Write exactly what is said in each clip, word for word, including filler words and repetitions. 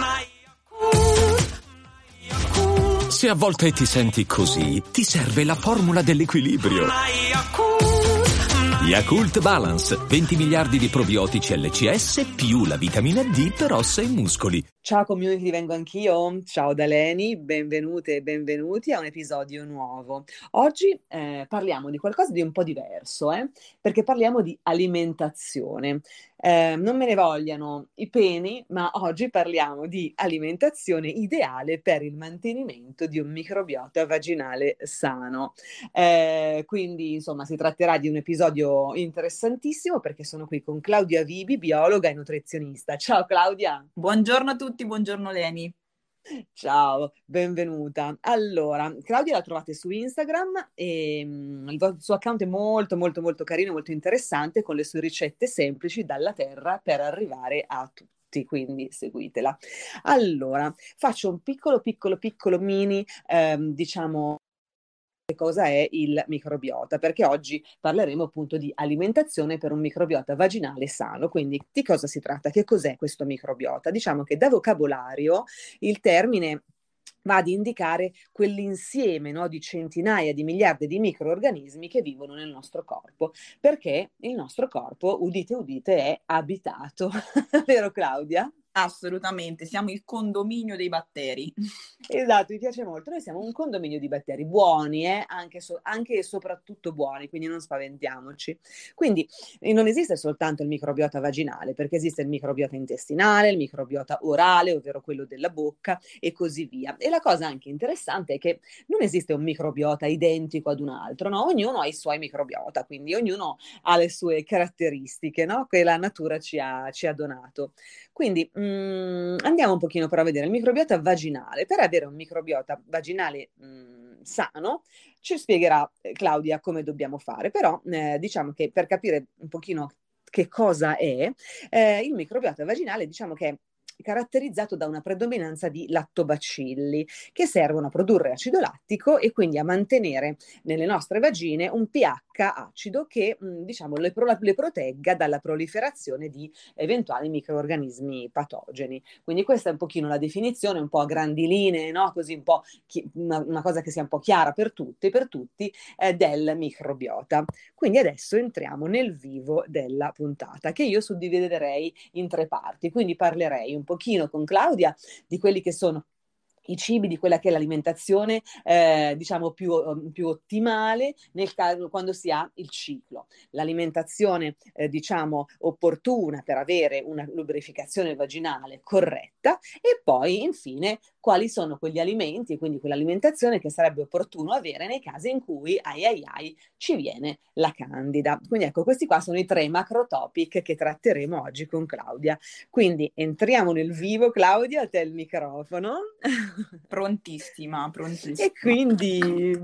Se a volte ti senti così, ti serve la formula dell'equilibrio. Yakult Balance, venti miliardi di probiotici L C S più la vitamina D per ossa e muscoli. Ciao community, vengo anch'io. Ciao da Leni, benvenute e benvenuti a un episodio nuovo. Oggi eh, parliamo di qualcosa di un po' diverso, eh? Perché parliamo di alimentazione. Eh, non me ne vogliano i peni, ma oggi parliamo di alimentazione ideale per il mantenimento di un microbiota vaginale sano. Eh, quindi, insomma, si tratterà di un episodio interessantissimo perché sono qui con Claudia Vibi, biologa e nutrizionista. Ciao Claudia! Buongiorno a tutti, buongiorno Leni. Ciao, benvenuta. Allora, Claudia la trovate su Instagram e mm, il vo- suo account è molto molto molto carino, molto interessante con le sue ricette semplici dalla terra per arrivare a tutti, quindi seguitela. Allora, faccio un piccolo piccolo piccolo mini, ehm, diciamo cosa è il microbiota, perché oggi parleremo appunto di alimentazione per un microbiota vaginale sano. Quindi di cosa si tratta? Che cos'è questo microbiota? Diciamo che da vocabolario il termine va ad indicare quell'insieme, no, di centinaia di miliardi di microorganismi che vivono nel nostro corpo, perché il nostro corpo, udite udite, è abitato, vero Claudia? Assolutamente, siamo il condominio dei batteri. Esatto, mi piace molto. Noi siamo un condominio di batteri buoni, eh? anche, so- anche e soprattutto buoni, quindi non spaventiamoci. Quindi eh, non esiste soltanto il microbiota vaginale, perché esiste il microbiota intestinale, il microbiota orale, ovvero quello della bocca e così via. E la cosa anche interessante è che non esiste un microbiota identico ad un altro, no? Ognuno ha i suoi microbiota, quindi ognuno ha le sue caratteristiche, no? Che la natura ci ha, ci ha donato. Quindi mh, andiamo un pochino però a vedere il microbiota vaginale. Per avere un microbiota vaginale mh, sano, ci spiegherà eh, Claudia come dobbiamo fare, però eh, diciamo che per capire un pochino che cosa è, eh, il microbiota vaginale diciamo che è caratterizzato da una predominanza di lattobacilli che servono a produrre acido lattico e quindi a mantenere nelle nostre vagine un pH acido che mh, diciamo le, pro- le protegga dalla proliferazione di eventuali microorganismi patogeni. Quindi questa è un pochino la definizione, un po' a grandi linee, no? Così un po' chi- una, una cosa che sia un po' chiara per tutti, per tutti eh, del microbiota. Quindi adesso entriamo nel vivo della puntata, che io suddividerei in tre parti. Quindi parlerei un pochino con Claudia di quelli che sono i cibi, di quella che è l'alimentazione eh, diciamo più, più ottimale nel caso quando si ha il ciclo, l'alimentazione eh, diciamo opportuna per avere una lubrificazione vaginale corretta e poi infine quali sono quegli alimenti e quindi quell'alimentazione che sarebbe opportuno avere nei casi in cui ai ai ai ci viene la candida. Quindi ecco, questi qua sono i tre macro topic che tratteremo oggi con Claudia. Quindi entriamo nel vivo. Claudia, a te il microfono. Prontissima, prontissima. E quindi,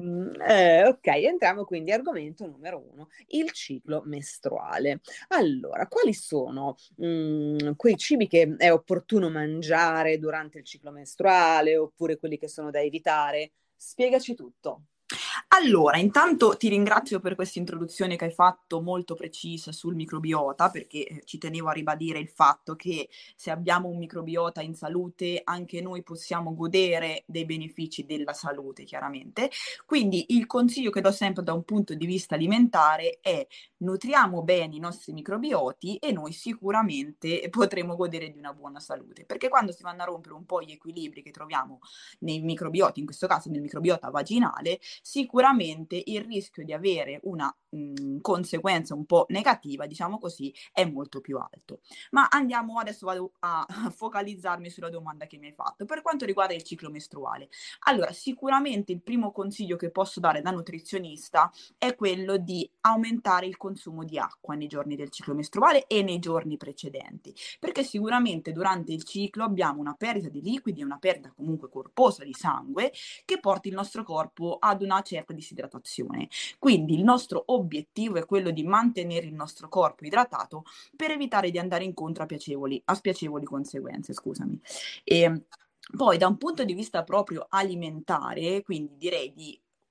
eh, ok, entriamo quindi argomento numero uno, il ciclo mestruale. Allora, quali sono mh, quei cibi che è opportuno mangiare durante il ciclo mestruale oppure quelli che sono da evitare? Spiegaci tutto. Allora, intanto ti ringrazio per questa introduzione che hai fatto molto precisa sul microbiota, perché eh, ci tenevo a ribadire il fatto che se abbiamo un microbiota in salute, anche noi possiamo godere dei benefici della salute, chiaramente. Quindi il consiglio che do sempre da un punto di vista alimentare è nutriamo bene i nostri microbioti e noi sicuramente potremo godere di una buona salute, perché quando si vanno a rompere un po' gli equilibri che troviamo nei microbioti, in questo caso nel microbiota vaginale, sicuramente il rischio di avere una mh, conseguenza un po' negativa, diciamo così, è molto più alto. Ma andiamo adesso vado a focalizzarmi sulla domanda che mi hai fatto. Per quanto riguarda il ciclo mestruale, allora sicuramente il primo consiglio che posso dare da nutrizionista è quello di aumentare il consumo di acqua nei giorni del ciclo mestruale e nei giorni precedenti, perché sicuramente durante il ciclo abbiamo una perdita di liquidi e una perdita comunque corposa di sangue che porta il nostro corpo ad una certa disidratazione. Quindi il nostro obiettivo è quello di mantenere il nostro corpo idratato per evitare di andare incontro a piacevoli, a spiacevoli conseguenze, scusami. E poi da un punto di vista proprio alimentare, quindi direi di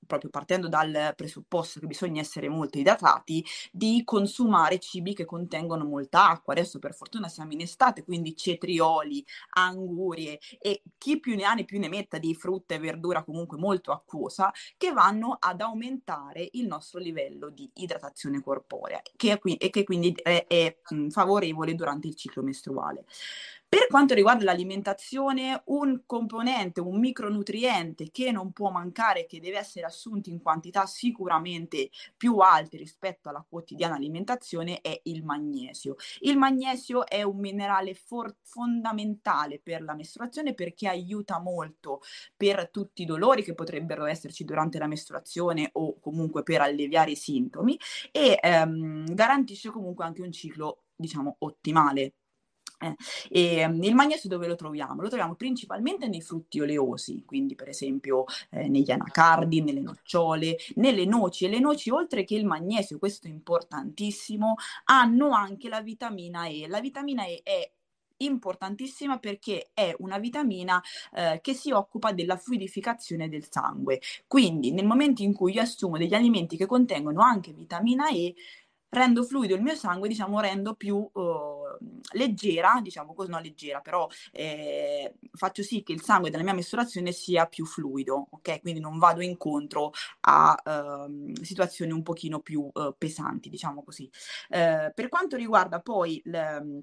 proprio partendo dal presupposto che bisogna essere molto idratati, di consumare cibi che contengono molta acqua. Adesso per fortuna siamo in estate, quindi cetrioli, angurie e chi più ne ha ne più ne metta di frutta e verdura comunque molto acquosa, che vanno ad aumentare il nostro livello di idratazione corporea che è qui- e che quindi è, è mh, favorevole durante il ciclo mestruale. Per quanto riguarda l'alimentazione, un componente, un micronutriente che non può mancare, che deve essere assunto in quantità sicuramente più alte rispetto alla quotidiana alimentazione, è il magnesio. Il magnesio è un minerale for- fondamentale per la mestruazione perché aiuta molto per tutti i dolori che potrebbero esserci durante la mestruazione o comunque per alleviare i sintomi e ehm, garantisce comunque anche un ciclo, diciamo, ottimale. Eh, e, um, il magnesio dove lo troviamo? Lo troviamo principalmente nei frutti oleosi, quindi per esempio eh, negli anacardi, nelle nocciole, nelle noci. E le noci, oltre che il magnesio, questo è importantissimo, hanno anche la vitamina E. La vitamina E è importantissima perché è una vitamina eh, che si occupa della fluidificazione del sangue. Quindi nel momento in cui io assumo degli alimenti che contengono anche vitamina E, rendo fluido il mio sangue, diciamo, rendo più uh, leggera, diciamo così, no leggera, però eh, faccio sì che il sangue della mia mestruazione sia più fluido, ok? Quindi non vado incontro a uh, situazioni un pochino più uh, pesanti, diciamo così. Uh, per quanto riguarda poi l,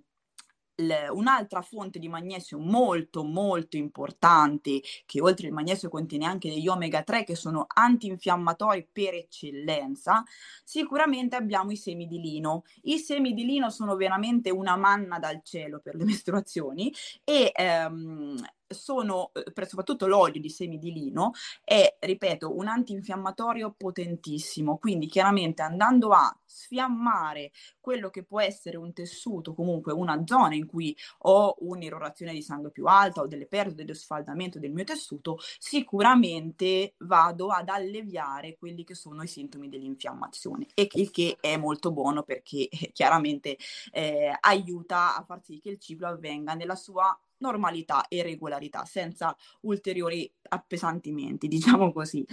un'altra fonte di magnesio molto molto importante, che oltre il magnesio contiene anche degli omega tre che sono antinfiammatori per eccellenza, sicuramente abbiamo i semi di lino. I semi di lino sono veramente una manna dal cielo per le mestruazioni e ehm, sono, eh, soprattutto l'olio di semi di lino è, ripeto, un antinfiammatorio potentissimo, quindi chiaramente andando a sfiammare quello che può essere un tessuto, comunque una zona in cui ho un'irrorazione di sangue più alta o delle perdite di sfaldamento del mio tessuto, sicuramente vado ad alleviare quelli che sono i sintomi dell'infiammazione, e il che è molto buono perché eh, chiaramente eh, aiuta a far sì che il ciclo avvenga nella sua normalità e regolarità, senza ulteriori appesantimenti, diciamo così.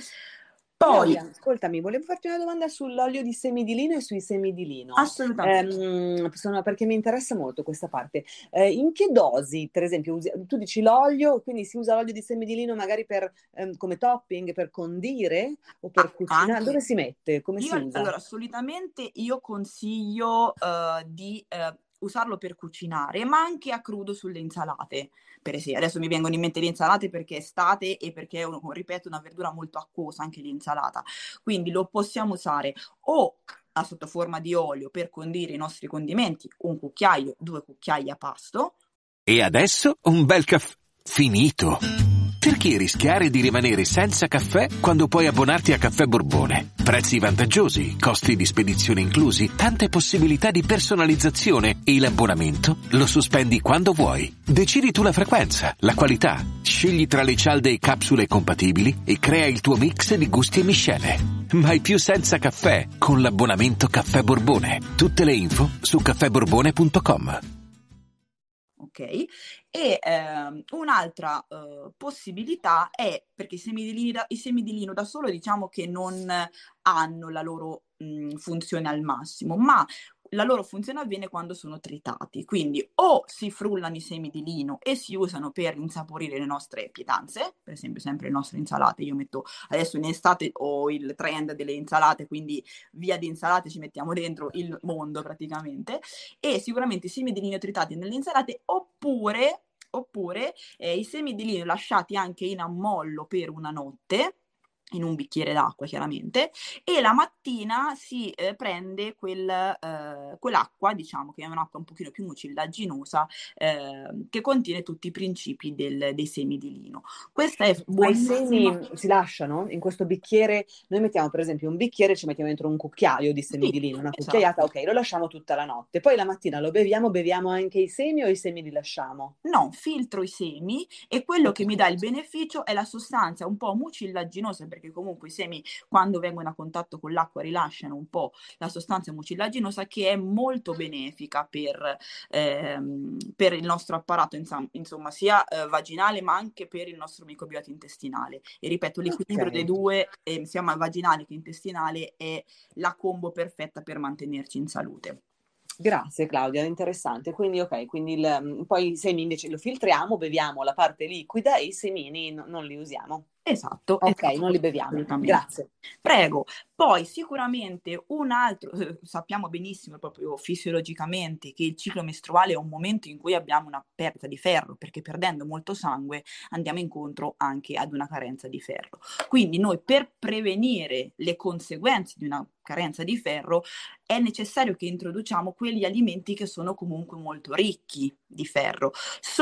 Poi, Claudia, ascoltami, volevo farti una domanda sull'olio di semi di lino e sui semi di lino, assolutamente. Ehm, sono- perché mi interessa molto questa parte. Eh, in che dosi, per esempio, usi- tu dici l'olio, quindi si usa l'olio di semi di lino magari per, ehm, come topping, per condire o per Ah, cucinare? Dove anche si mette? Come si io, usa? allora, solitamente io consiglio eh, di eh, usarlo per cucinare, ma anche a crudo sulle insalate. Per esempio, adesso mi vengono in mente le insalate perché è estate e perché è, uno, ripeto, una verdura molto acquosa anche l'insalata. Quindi lo possiamo usare o a sotto forma di olio per condire i nostri condimenti, un cucchiaio, due cucchiai a pasto. E adesso un bel caffè finito. Perché rischiare di rimanere senza caffè quando puoi abbonarti a Caffè Borbone? Prezzi vantaggiosi, costi di spedizione inclusi, tante possibilità di personalizzazione e l'abbonamento lo sospendi quando vuoi. Decidi tu la frequenza, la qualità, scegli tra le cialde e capsule compatibili e crea il tuo mix di gusti e miscele. Mai più senza caffè con l'abbonamento Caffè Borbone. Tutte le info su caffè borbone punto com. Ok, e ehm, un'altra eh, possibilità è, perché i semi di lino da, i semi di lino da solo diciamo che non hanno la loro mh, funzione al massimo, ma la loro funzione avviene quando sono tritati, quindi o si frullano i semi di lino e si usano per insaporire le nostre pietanze, per esempio sempre le nostre insalate, io metto adesso in estate ho il trend delle insalate, quindi via di insalate ci mettiamo dentro il mondo praticamente, e sicuramente i semi di lino tritati nelle insalate, oppure, oppure eh, i semi di lino lasciati anche in ammollo per una notte, in un bicchiere d'acqua chiaramente, e la mattina si eh, prende quel, eh, quell'acqua, diciamo che è un'acqua un pochino più mucillaginosa, eh, che contiene tutti i principi del, dei semi di lino. Questa è Ma i buonissima. semi si lasciano in questo bicchiere? Noi mettiamo per esempio un bicchiere, ci mettiamo dentro un cucchiaio di semi Sì, di lino, una cucchiaiata, esatto. ok, lo lasciamo tutta la notte. Poi la mattina lo beviamo, beviamo anche i semi o i semi li lasciamo? No, filtro i semi e quello Ok. che mi dà il beneficio è la sostanza un po' mucillaginosa, perché perché comunque i semi quando vengono a contatto con l'acqua rilasciano un po' la sostanza mucillaginosa che è molto benefica per, ehm, per il nostro apparato insam- insomma sia eh, vaginale ma anche per il nostro microbiota intestinale. E ripeto, l'equilibrio Ok. dei due, eh, sia vaginale che intestinale, è la combo perfetta per mantenerci in salute. Grazie Claudia, interessante. Quindi ok, quindi il, mm, poi i semi invece lo filtriamo, beviamo la parte liquida e i semini no- non li usiamo. Esatto, Ok, esatto, non li beviamo. assolutamente. Grazie. Prego. Poi sicuramente un altro, eh, sappiamo benissimo proprio fisiologicamente che il ciclo mestruale è un momento in cui abbiamo una perdita di ferro, perché perdendo molto sangue andiamo incontro anche ad una carenza di ferro. Quindi noi per prevenire le conseguenze di una carenza di ferro è necessario che introduciamo quegli alimenti che sono comunque molto ricchi di ferro,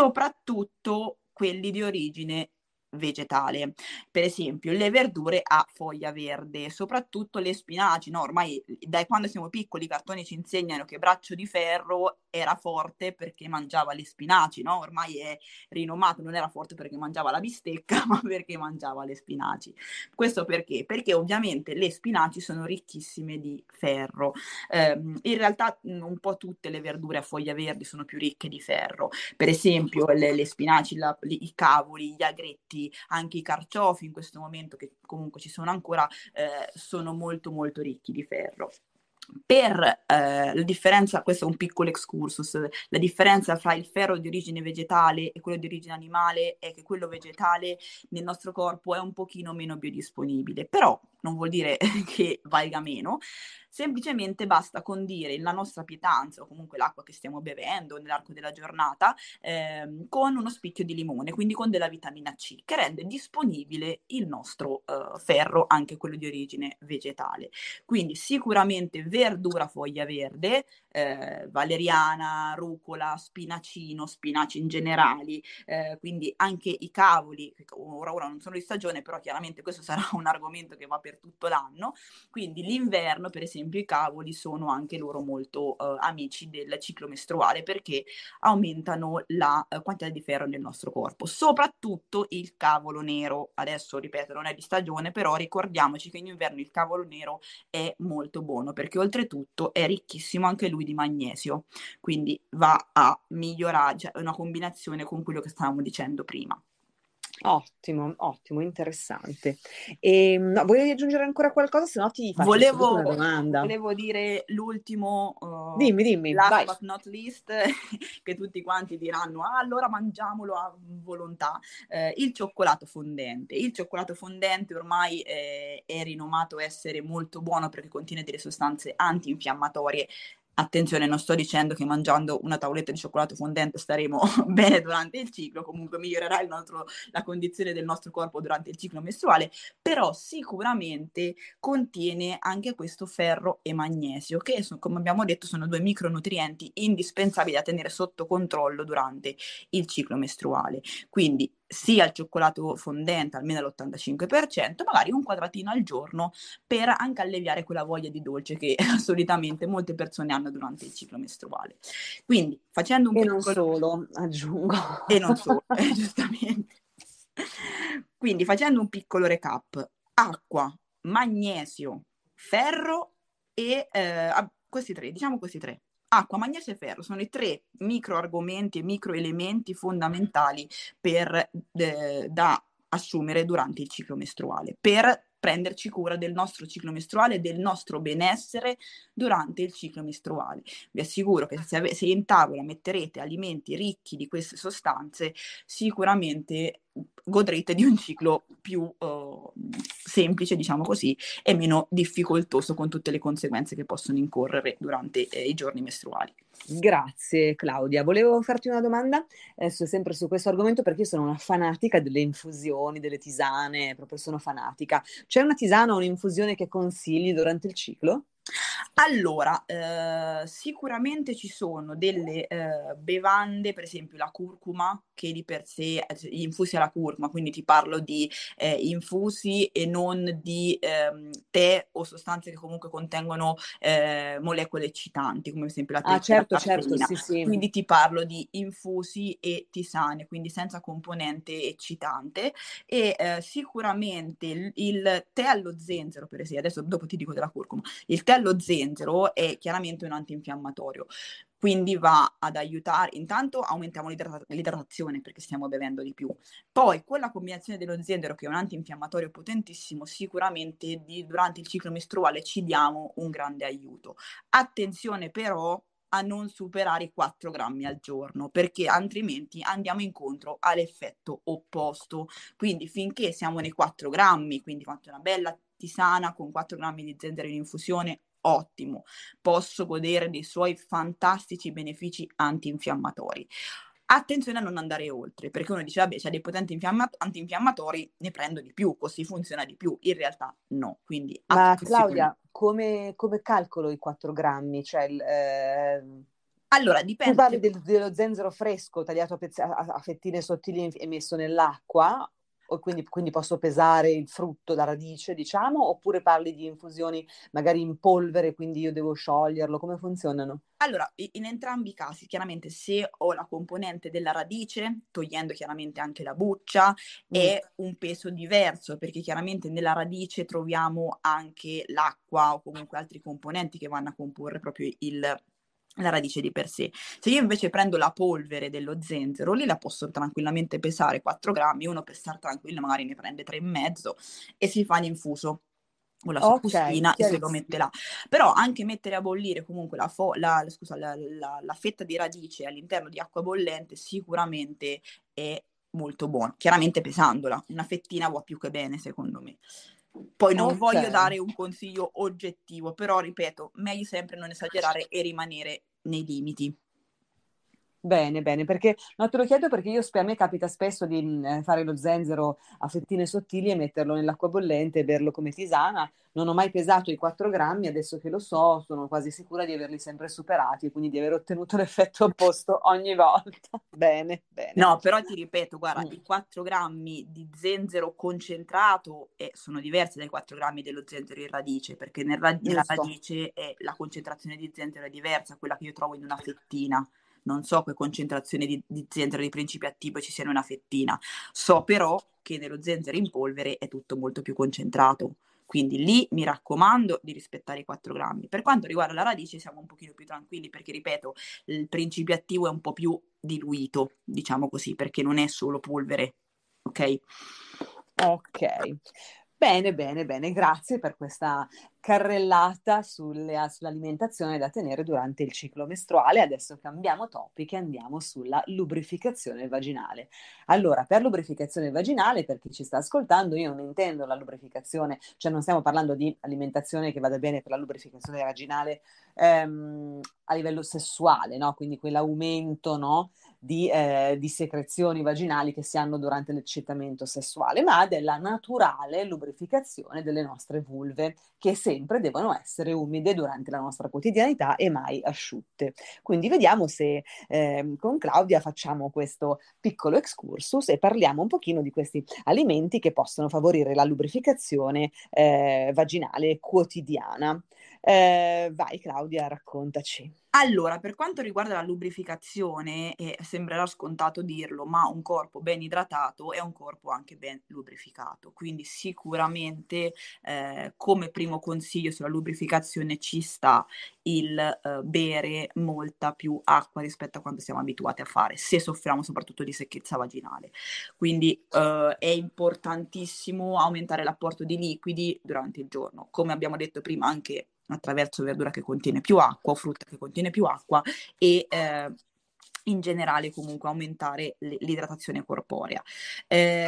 soprattutto quelli di origine vegetale. Per esempio le verdure a foglia verde, soprattutto le spinaci, no? Ormai da quando siamo piccoli i cartoni ci insegnano che Braccio di Ferro era forte perché mangiava le spinaci, no? Ormai è rinomato, non era forte perché mangiava la bistecca, ma perché mangiava le spinaci. Questo perché? Perché ovviamente le spinaci sono ricchissime di ferro. Eh, in realtà un po' tutte le verdure a foglia verde sono più ricche di ferro. Per esempio le, le spinaci, la, i cavoli, gli agretti, anche i carciofi in questo momento, che comunque ci sono ancora, eh, sono molto molto ricchi di ferro. Per eh, la differenza, questo è un piccolo excursus, la differenza fra il ferro di origine vegetale e quello di origine animale è che quello vegetale nel nostro corpo è un pochino meno biodisponibile, però non vuol dire che valga meno, semplicemente basta condire la nostra pietanza o comunque l'acqua che stiamo bevendo nell'arco della giornata ehm, con uno spicchio di limone, quindi con della vitamina C, che rende disponibile il nostro eh, ferro, anche quello di origine vegetale. Quindi sicuramente verdura foglia verde, eh, valeriana, rucola, spinacino, spinaci in generali, eh, quindi anche i cavoli, ora, ora non sono di stagione, però chiaramente questo sarà un argomento che va per tutto l'anno, quindi l'inverno per esempio i cavoli sono anche loro molto eh, amici del ciclo mestruale perché aumentano la eh, quantità di ferro nel nostro corpo, soprattutto il cavolo nero. Adesso ripeto non è di stagione, però ricordiamoci che in inverno il cavolo nero è molto buono perché oltretutto è ricchissimo anche lui di magnesio, quindi va a migliorare, cioè è una combinazione con quello che stavamo dicendo prima. Ottimo, ottimo, interessante. E, no, volevi aggiungere ancora qualcosa? Se no ti faccio subito Volevo, una domanda. volevo dire l'ultimo, uh, Dimmi, dimmi, last vai. but not least, che tutti quanti diranno, ah, allora mangiamolo a volontà, eh, il cioccolato fondente. Il cioccolato fondente ormai eh, è rinomato essere molto buono perché contiene delle sostanze antinfiammatorie. Attenzione, non sto dicendo che mangiando una tavoletta di cioccolato fondente staremo bene durante il ciclo, comunque migliorerà il nostro, la condizione del nostro corpo durante il ciclo mestruale, però sicuramente contiene anche questo ferro e magnesio, che sono, come abbiamo detto sono due micronutrienti indispensabili da tenere sotto controllo durante il ciclo mestruale. Quindi sia il cioccolato fondente almeno all'ottantacinque per cento, magari un quadratino al giorno per anche alleviare quella voglia di dolce che solitamente molte persone hanno durante il ciclo mestruale. Quindi facendo un E piccolo... non solo, aggiungo. E non solo, eh, giustamente. Quindi facendo un piccolo recap, acqua, magnesio, ferro e eh, questi tre, diciamo questi tre. Acqua, magnesio e ferro sono i tre micro argomenti e micro elementi fondamentali per, eh, da assumere durante il ciclo mestruale, per prenderci cura del nostro ciclo mestruale e del nostro benessere durante il ciclo mestruale. Vi assicuro che se, ave- se in tavola metterete alimenti ricchi di queste sostanze, sicuramente godrete di un ciclo più uh, semplice, diciamo così, e meno difficoltoso con tutte le conseguenze che possono incorrere durante eh, i giorni mestruali. Grazie Claudia. Volevo farti una domanda, adesso sempre su questo argomento perché io sono una fanatica delle infusioni, delle tisane, proprio sono fanatica. C'è una tisana o un'infusione che consigli durante il ciclo? Allora, eh, sicuramente ci sono delle eh, bevande, per esempio la curcuma, che di per sé, eh, gli infusi alla curcuma, quindi ti parlo di eh, infusi e non di ehm, tè o sostanze che comunque contengono eh, molecole eccitanti, come per esempio la Ah, teina e la certo, certo, caffeina. sì, sì. Quindi ti parlo di infusi e tisane, quindi senza componente eccitante. E eh, sicuramente il, il tè allo zenzero, per esempio, adesso dopo ti dico della curcuma. Il tè allo zenzero è chiaramente un antinfiammatorio, quindi va ad aiutare, intanto aumentiamo l'idrata- l'idratazione perché stiamo bevendo di più. Poi con la combinazione dello zenzero, che è un antinfiammatorio potentissimo, sicuramente di- durante il ciclo mestruale ci diamo un grande aiuto. Attenzione però a non superare i quattro grammi al giorno, perché altrimenti andiamo incontro all'effetto opposto. Quindi finché siamo nei quattro grammi, quindi fatto una bella tisana con quattro grammi di zenzero in infusione, ottimo, posso godere dei suoi fantastici benefici antinfiammatori. Attenzione a non andare oltre, perché uno dice, vabbè, c'è dei potenti infiamma- antinfiammatori, ne prendo di più, così funziona di più. In realtà no, quindi Ma attenzione. Claudia, come, come calcolo i quattro grammi? Cioè, il, eh, Allora, tu dipende parli se del- dello zenzero fresco tagliato a, pezz- a- a fettine sottili e messo nell'acqua, o quindi, quindi posso pesare il frutto, la radice, diciamo, oppure parli di infusioni magari in polvere, quindi io devo scioglierlo? Come funzionano? Allora, i- in entrambi i casi, chiaramente se ho la componente della radice, togliendo chiaramente anche la buccia, Mm, è un peso diverso, perché chiaramente nella radice troviamo anche l'acqua o comunque altri componenti che vanno a comporre proprio il, la radice di per sé. Se io invece prendo la polvere dello zenzero, lì la posso tranquillamente pesare quattro grammi, uno per stare tranquillo magari ne prende tre e mezzo e si fa l'infuso con la sua ok, bustina e se lo mette chiarissimo. là. Però anche mettere a bollire comunque la, fo- la, scusa, la, la- la fetta di radice all'interno di acqua bollente sicuramente è molto buono. Chiaramente pesandola, una fettina va più che bene secondo me. Poi non Ok. voglio dare un consiglio oggettivo, però ripeto, meglio sempre non esagerare e rimanere nei limiti. Bene, bene, perché no, te lo chiedo perché io spe- a me capita spesso di mh, eh, fare lo zenzero a fettine sottili e metterlo nell'acqua bollente e berlo come tisana. Non ho mai pesato i quattro grammi, adesso che lo so, sono quasi sicura di averli sempre superati e quindi di aver ottenuto l'effetto opposto ogni volta. Bene, bene. No, però ti ripeto, guarda, Mm, i quattro grammi di zenzero concentrato eh, sono diversi dai quattro grammi dello zenzero in radice, perché nel ra- nella giusto. radice è, la concentrazione di zenzero è diversa, quella che io trovo in una fettina. Non so che concentrazione di, di zenzero di principio attivo ci sia in una fettina. So però che nello zenzero in polvere è tutto molto più concentrato. Quindi lì mi raccomando di rispettare i quattro grammi. Per quanto riguarda la radice siamo un pochino più tranquilli perché, ripeto, il principio attivo è un po' più diluito, diciamo così, perché non è solo polvere, ok? Ok. Bene, bene, bene, grazie per questa carrellata sulle- sull'alimentazione da tenere durante il ciclo mestruale. Adesso cambiamo topic e andiamo sulla lubrificazione vaginale. Allora, per lubrificazione vaginale, per chi ci sta ascoltando, io non intendo la lubrificazione, cioè non stiamo parlando di alimentazione che vada bene per la lubrificazione vaginale ehm, a livello sessuale, no? Quindi quell'aumento, no? di, eh, di secrezioni vaginali che si hanno durante l'eccitamento sessuale, ma della naturale lubrificazione delle nostre vulve, che sempre devono essere umide durante la nostra quotidianità e mai asciutte. Quindi vediamo se eh, con Claudia facciamo questo piccolo excursus e parliamo un pochino di questi alimenti che possono favorire la lubrificazione eh, vaginale quotidiana. Eh, vai Claudia, raccontaci. Allora, per quanto riguarda la lubrificazione, eh, sembrerà scontato dirlo, ma un corpo ben idratato è un corpo anche ben lubrificato. Quindi sicuramente eh, come primo consiglio sulla lubrificazione ci sta il eh, bere molta più acqua rispetto a quanto siamo abituati a fare, se soffriamo soprattutto di secchezza vaginale. Quindi eh, è importantissimo aumentare l'apporto di liquidi durante il giorno. Come abbiamo detto prima, anche attraverso verdura che contiene più acqua o frutta che contiene più acqua e eh, in generale comunque aumentare l- l'idratazione corporea. Eh, da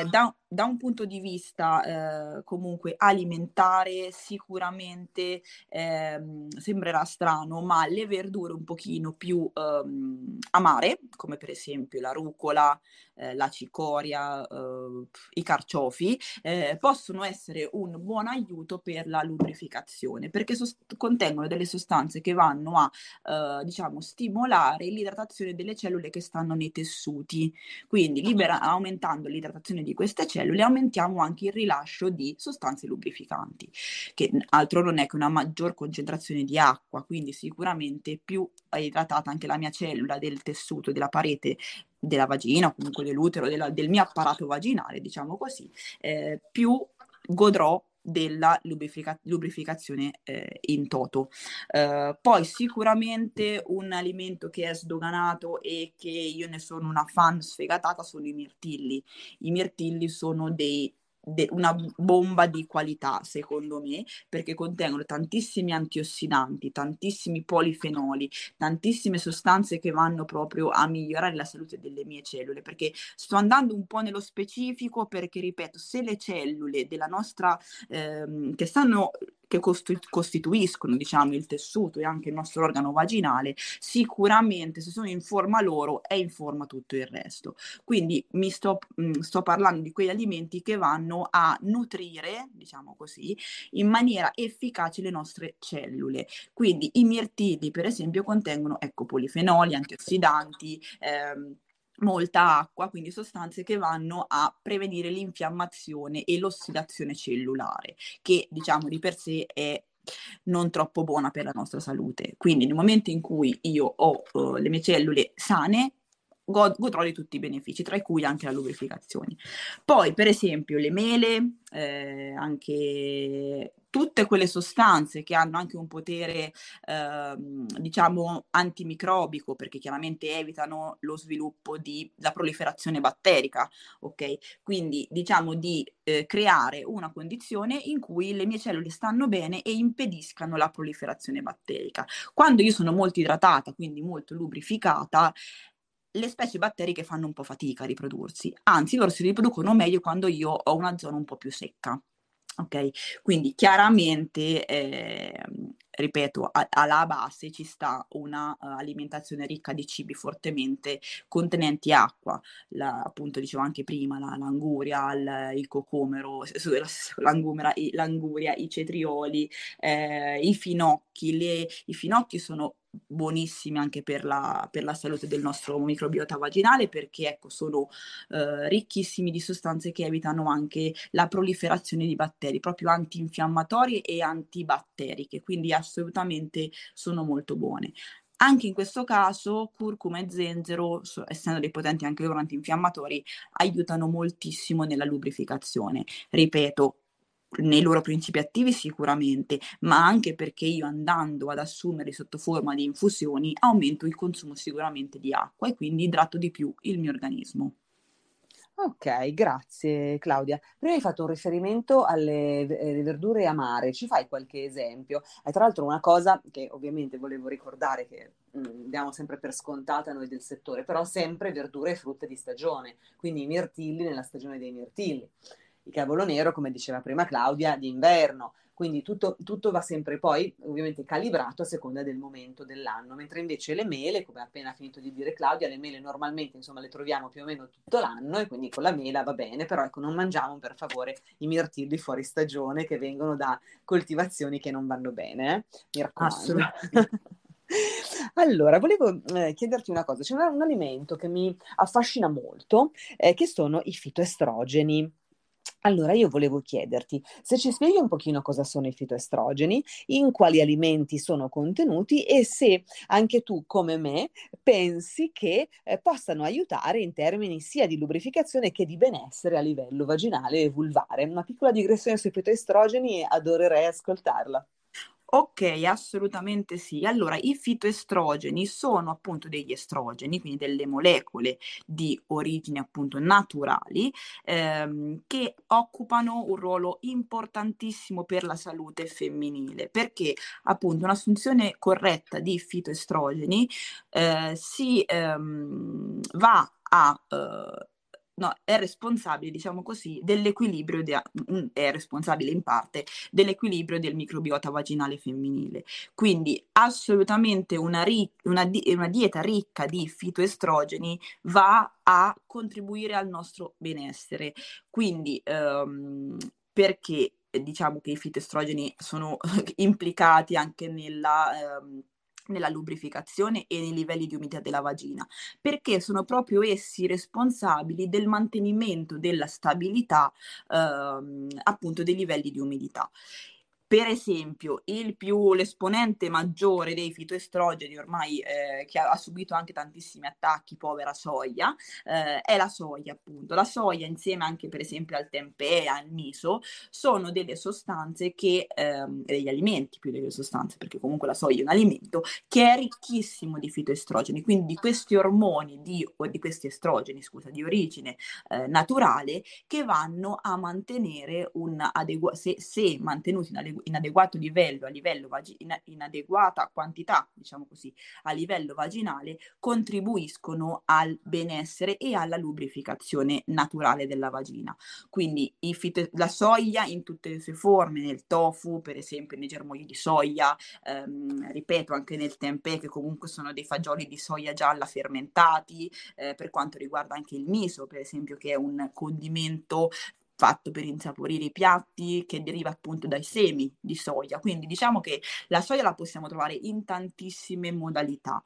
da un punto di vista eh, comunque alimentare, sicuramente ehm, sembrerà strano, ma le verdure un pochino più ehm, amare, come per esempio la rucola, eh, la cicoria, eh, i carciofi, eh, possono essere un buon aiuto per la lubrificazione, perché sost- contengono delle sostanze che vanno a eh, diciamo stimolare l'idratazione delle cellule che stanno nei tessuti. Quindi libera- aumentando l'idratazione di queste cellule aumentiamo anche il rilascio di sostanze lubrificanti, che altro non è che una maggior concentrazione di acqua, quindi sicuramente più è idratata anche la mia cellula del tessuto della parete della vagina o comunque dell'utero, della, del mio apparato vaginale, diciamo così, eh, più godrò della lubrifica- lubrificazione eh, in toto. Uh, poi sicuramente un alimento che è sdoganato e che io ne sono una fan sfegatata sono i mirtilli. I mirtilli sono dei, de, una bomba di qualità, secondo me, perché contengono tantissimi antiossidanti, tantissimi polifenoli, tantissime sostanze che vanno proprio a migliorare la salute delle mie cellule, perché sto andando un po' nello specifico perché, ripeto, se le cellule della nostra ehm, che stanno che costituiscono, diciamo, il tessuto e anche il nostro organo vaginale, sicuramente se sono in forma loro è in forma tutto il resto. Quindi mi sto, mh, sto parlando di quegli alimenti che vanno a nutrire, diciamo così, in maniera efficace le nostre cellule. Quindi i mirtilli, per esempio, contengono, ecco, polifenoli, antiossidanti, ehm, molta acqua, quindi sostanze che vanno a prevenire l'infiammazione e l'ossidazione cellulare, che diciamo di per sé è non troppo buona per la nostra salute. Quindi nel momento in cui io ho uh, le mie cellule sane, god- godrò di tutti i benefici, tra cui anche la lubrificazione. Poi, per esempio, le mele, eh, anche tutte quelle sostanze che hanno anche un potere, ehm, diciamo, antimicrobico, perché chiaramente evitano lo sviluppo di la proliferazione batterica, ok? Quindi diciamo di eh, creare una condizione in cui le mie cellule stanno bene e impediscano la proliferazione batterica. Quando io sono molto idratata, quindi molto lubrificata, le specie batteriche fanno un po' fatica a riprodursi, anzi loro si riproducono meglio quando io ho una zona un po' più secca. Ok, quindi chiaramente, eh, ripeto, a- alla base ci sta una uh, alimentazione ricca di cibi fortemente contenenti acqua, la, appunto dicevo anche prima, la, l'anguria, il, il cocomero, l'angumera, i, l'anguria, i cetrioli, eh, i finocchi, le, i finocchi sono buonissimi anche per la, per la salute del nostro microbiota vaginale perché ecco sono eh, ricchissimi di sostanze che evitano anche la proliferazione di batteri, proprio antinfiammatorie e antibatteriche, quindi assolutamente sono molto buone. Anche in questo caso curcuma e zenzero, so, essendo dei potenti anche loro antinfiammatori, aiutano moltissimo nella lubrificazione. Ripeto, nei loro principi attivi sicuramente, ma anche perché io andando ad assumerli sotto forma di infusioni aumento il consumo sicuramente di acqua e quindi idrato di più il mio organismo. Ok, grazie Claudia. Prima hai fatto un riferimento alle eh, verdure amare, ci fai qualche esempio? E tra l'altro una cosa che ovviamente volevo ricordare che mh, diamo sempre per scontata noi del settore, però sempre verdure e frutta di stagione, quindi i mirtilli nella stagione dei mirtilli, il cavolo nero, come diceva prima Claudia, d'inverno. Quindi tutto, tutto va sempre poi ovviamente calibrato a seconda del momento dell'anno, mentre invece le mele, come ha appena finito di dire Claudia, le mele normalmente insomma le troviamo più o meno tutto l'anno e quindi con la mela va bene, però ecco non mangiamo per favore i mirtilli fuori stagione che vengono da coltivazioni che non vanno bene, eh? Mi raccomando. Assolutamente. Allora, volevo eh, chiederti una cosa, c'è un, un alimento che mi affascina molto, eh, che sono i fitoestrogeni. Allora, io volevo chiederti se ci spieghi un pochino cosa sono i fitoestrogeni, in quali alimenti sono contenuti e se anche tu, come me, pensi che eh, possano aiutare in termini sia di lubrificazione che di benessere a livello vaginale e vulvare. Una piccola digressione sui fitoestrogeni e adorerei ascoltarla. Ok, assolutamente sì. Allora, i fitoestrogeni sono appunto degli estrogeni, quindi delle molecole di origine appunto naturali, ehm, che occupano un ruolo importantissimo per la salute femminile, perché appunto un'assunzione corretta di fitoestrogeni eh, si ehm, va a eh, no, è responsabile, diciamo così, dell'equilibrio, de- mm, è responsabile in parte dell'equilibrio del microbiota vaginale femminile. Quindi assolutamente una, ri- una, di- una dieta ricca di fitoestrogeni va a contribuire al nostro benessere. Quindi ehm, perché eh, diciamo che i fitoestrogeni sono implicati anche nella... ehm, nella lubrificazione e nei livelli di umidità della vagina, perché sono proprio essi responsabili del mantenimento della stabilità ehm, appunto dei livelli di umidità. Per esempio, il più, l'esponente maggiore dei fitoestrogeni, ormai eh, che ha, ha subito anche tantissimi attacchi, povera soia, eh, è la soia, appunto. La soia, insieme anche per esempio al tempeh, al miso, sono delle sostanze che, ehm, degli alimenti più delle sostanze, perché comunque la soia è un alimento, che è ricchissimo di fitoestrogeni, quindi di questi ormoni, di, o di questi estrogeni, scusa, di origine eh, naturale, che vanno a mantenere un adeguato, se, se mantenuti in, adegu- in adeguato livello, a livello vagi- in, in adeguata quantità, diciamo così, a livello vaginale, contribuiscono al benessere e alla lubrificazione naturale della vagina. Quindi i fito- la soia in tutte le sue forme, nel tofu, per esempio, nei germogli di soia, ehm, ripeto, anche nel tempeh, che comunque sono dei fagioli di soia gialla fermentati, eh, per quanto riguarda anche il miso, per esempio, che è un condimento fatto per insaporire i piatti, che deriva appunto dai semi di soia. Quindi diciamo che la soia la possiamo trovare in tantissime modalità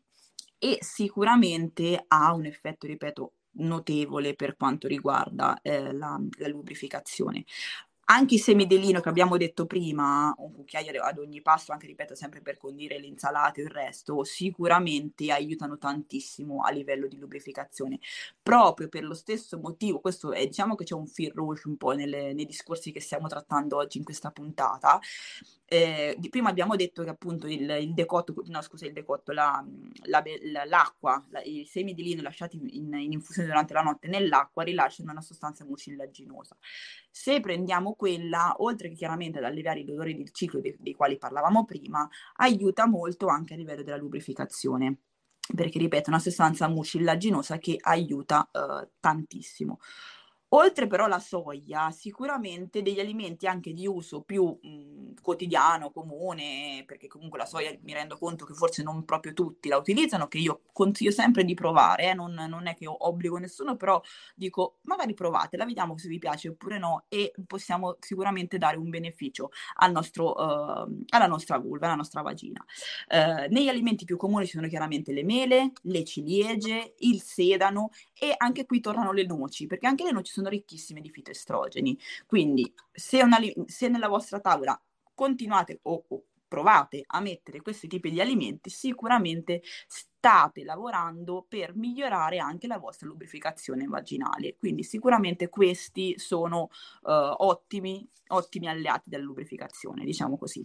e sicuramente ha un effetto, ripeto, notevole per quanto riguarda eh, la, la lubrificazione. Anche i semi di lino che abbiamo detto prima, un cucchiaio ad ogni pasto, anche ripeto, sempre per condire le insalate e il resto, sicuramente aiutano tantissimo a livello di lubrificazione. Proprio per lo stesso motivo, questo è, diciamo che c'è un fil rouge un po' nelle, nei discorsi che stiamo trattando oggi in questa puntata. Eh, di, prima abbiamo detto che appunto il, il decotto, no scusa, il decotto, la, la, la, l'acqua, la, i semi di lino lasciati in, in infusione durante la notte nell'acqua rilasciano una sostanza mucillaginosa. Se prendiamo quella, oltre che chiaramente ad alleviare i dolori del ciclo dei, dei quali parlavamo prima, aiuta molto anche a livello della lubrificazione, perché ripeto, è una sostanza mucillaginosa che aiuta eh, tantissimo. Oltre però alla soia, sicuramente degli alimenti anche di uso più mh, quotidiano, comune, perché comunque la soia mi rendo conto che forse non proprio tutti la utilizzano, che io consiglio sempre di provare, eh, non, non è che obbligo nessuno, però dico magari provatela, vediamo se vi piace oppure no e possiamo sicuramente dare un beneficio al nostro, uh, alla nostra vulva, alla nostra vagina. Uh, negli alimenti più comuni ci sono chiaramente le mele, le ciliegie, il sedano e anche qui tornano le noci, perché anche le noci sono ricchissime di fitoestrogeni. Quindi se, una, se nella vostra tavola continuate o, o provate a mettere questi tipi di alimenti, sicuramente state lavorando per migliorare anche la vostra lubrificazione vaginale. Quindi sicuramente questi sono uh, ottimi, ottimi alleati della lubrificazione, diciamo così.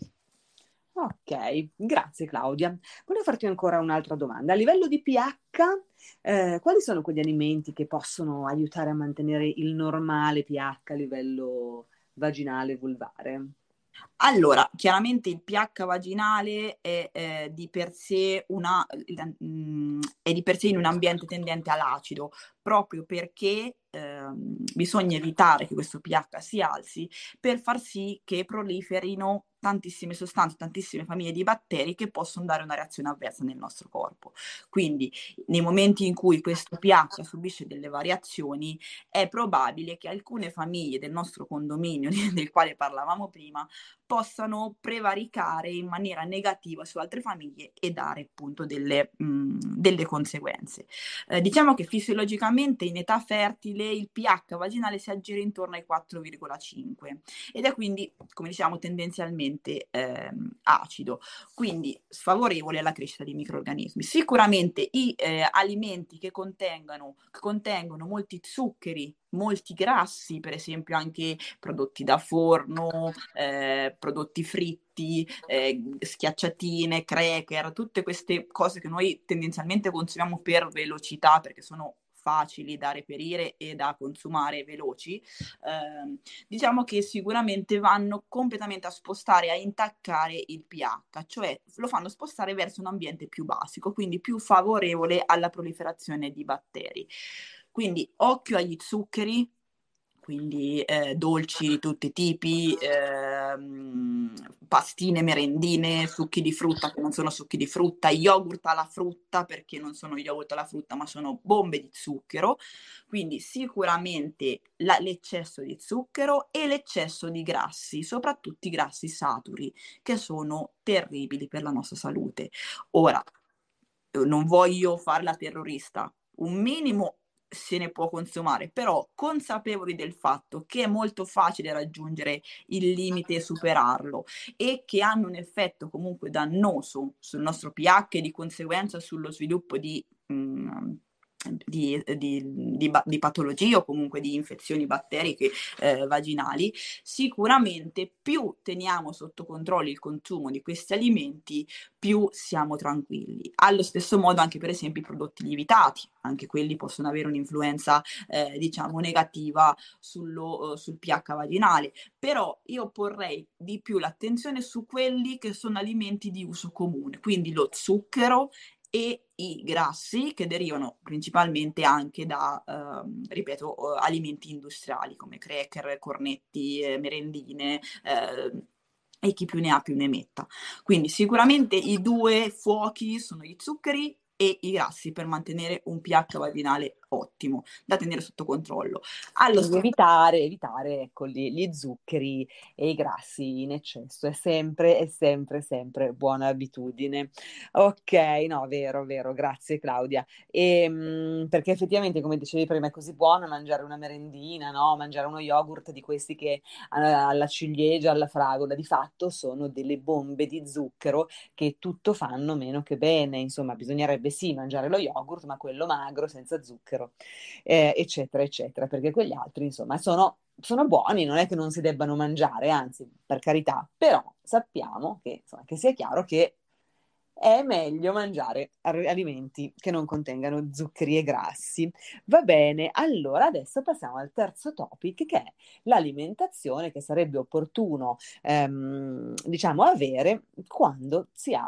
Ok, grazie Claudia. Volevo farti ancora un'altra domanda. A livello di pH, eh, quali sono quegli alimenti che possono aiutare a mantenere il normale pH a livello vaginale vulvare? Allora, chiaramente il pH vaginale è, eh, di per sé una, mh, è di per sé in un ambiente tendente all'acido, proprio perché ehm, bisogna evitare che questo pH si alzi per far sì che proliferino tantissime sostanze, tantissime famiglie di batteri che possono dare una reazione avversa nel nostro corpo. Quindi nei momenti in cui questo pH subisce delle variazioni, è probabile che alcune famiglie del nostro condominio, del quale parlavamo prima, possano prevaricare in maniera negativa su altre famiglie e dare appunto delle, mh, delle conseguenze. Eh, diciamo che fisiologicamente in età fertile il pH vaginale si aggira intorno ai quattro virgola cinque ed è quindi, come diciamo, tendenzialmente ehm, acido, quindi sfavorevole alla crescita di microrganismi. Sicuramente i eh, alimenti che contengono, che contengono molti zuccheri, molti grassi, per esempio anche prodotti da forno, eh, prodotti fritti, eh, schiacciatine, cracker, tutte queste cose che noi tendenzialmente consumiamo per velocità perché sono facili da reperire e da consumare veloci, eh, diciamo che sicuramente vanno completamente a spostare, a intaccare il pH, cioè lo fanno spostare verso un ambiente più basico, quindi più favorevole alla proliferazione di batteri. Quindi occhio agli zuccheri, quindi eh, dolci di tutti i tipi, ehm, pastine, merendine, succhi di frutta che non sono succhi di frutta, yogurt alla frutta perché non sono yogurt alla frutta ma sono bombe di zucchero, quindi sicuramente la- l'eccesso di zucchero e l'eccesso di grassi, soprattutto i grassi saturi, che sono terribili per la nostra salute. Ora, non voglio fare la terrorista, un minimo se ne può consumare, però consapevoli del fatto che è molto facile raggiungere il limite e superarlo e che hanno un effetto comunque dannoso sul nostro pH e di conseguenza sullo sviluppo di, mh, di, di, di, di patologie o comunque di infezioni batteriche eh, vaginali, sicuramente più teniamo sotto controllo il consumo di questi alimenti, più siamo tranquilli. Allo stesso modo anche per esempio i prodotti lievitati, anche quelli possono avere un'influenza eh, diciamo negativa sullo, uh, sul pH vaginale, però io porrei di più l'attenzione su quelli che sono alimenti di uso comune, quindi lo zucchero e i grassi che derivano principalmente anche da, ehm, ripeto, uh, alimenti industriali come cracker, cornetti, eh, merendine, eh, e chi più ne ha più ne metta. Quindi sicuramente i due fuochi sono gli zuccheri e i grassi per mantenere un pH vaginale ottimo, da tenere sotto controllo. Allo Quindi stesso evitare, evitare ecco, gli, gli zuccheri e i grassi in eccesso è sempre, è sempre, sempre buona abitudine. Ok, no, vero, vero, grazie Claudia. E, mh, perché effettivamente, come dicevi prima, è così buono mangiare una merendina, no? Mangiare uno yogurt di questi che eh, alla ciliegia, alla fragola, di fatto sono delle bombe di zucchero che tutto fanno meno che bene. Insomma, bisognerebbe sì mangiare lo yogurt, ma quello magro, senza zucchero, eh, eccetera, eccetera, perché quegli altri, insomma, sono, sono buoni, non è che non si debbano mangiare, anzi, per carità, però sappiamo che, insomma, che sia chiaro che è meglio mangiare alimenti che non contengano zuccheri e grassi. Va bene, allora adesso passiamo al terzo topic, che è l'alimentazione che sarebbe opportuno, ehm, diciamo, avere quando si ha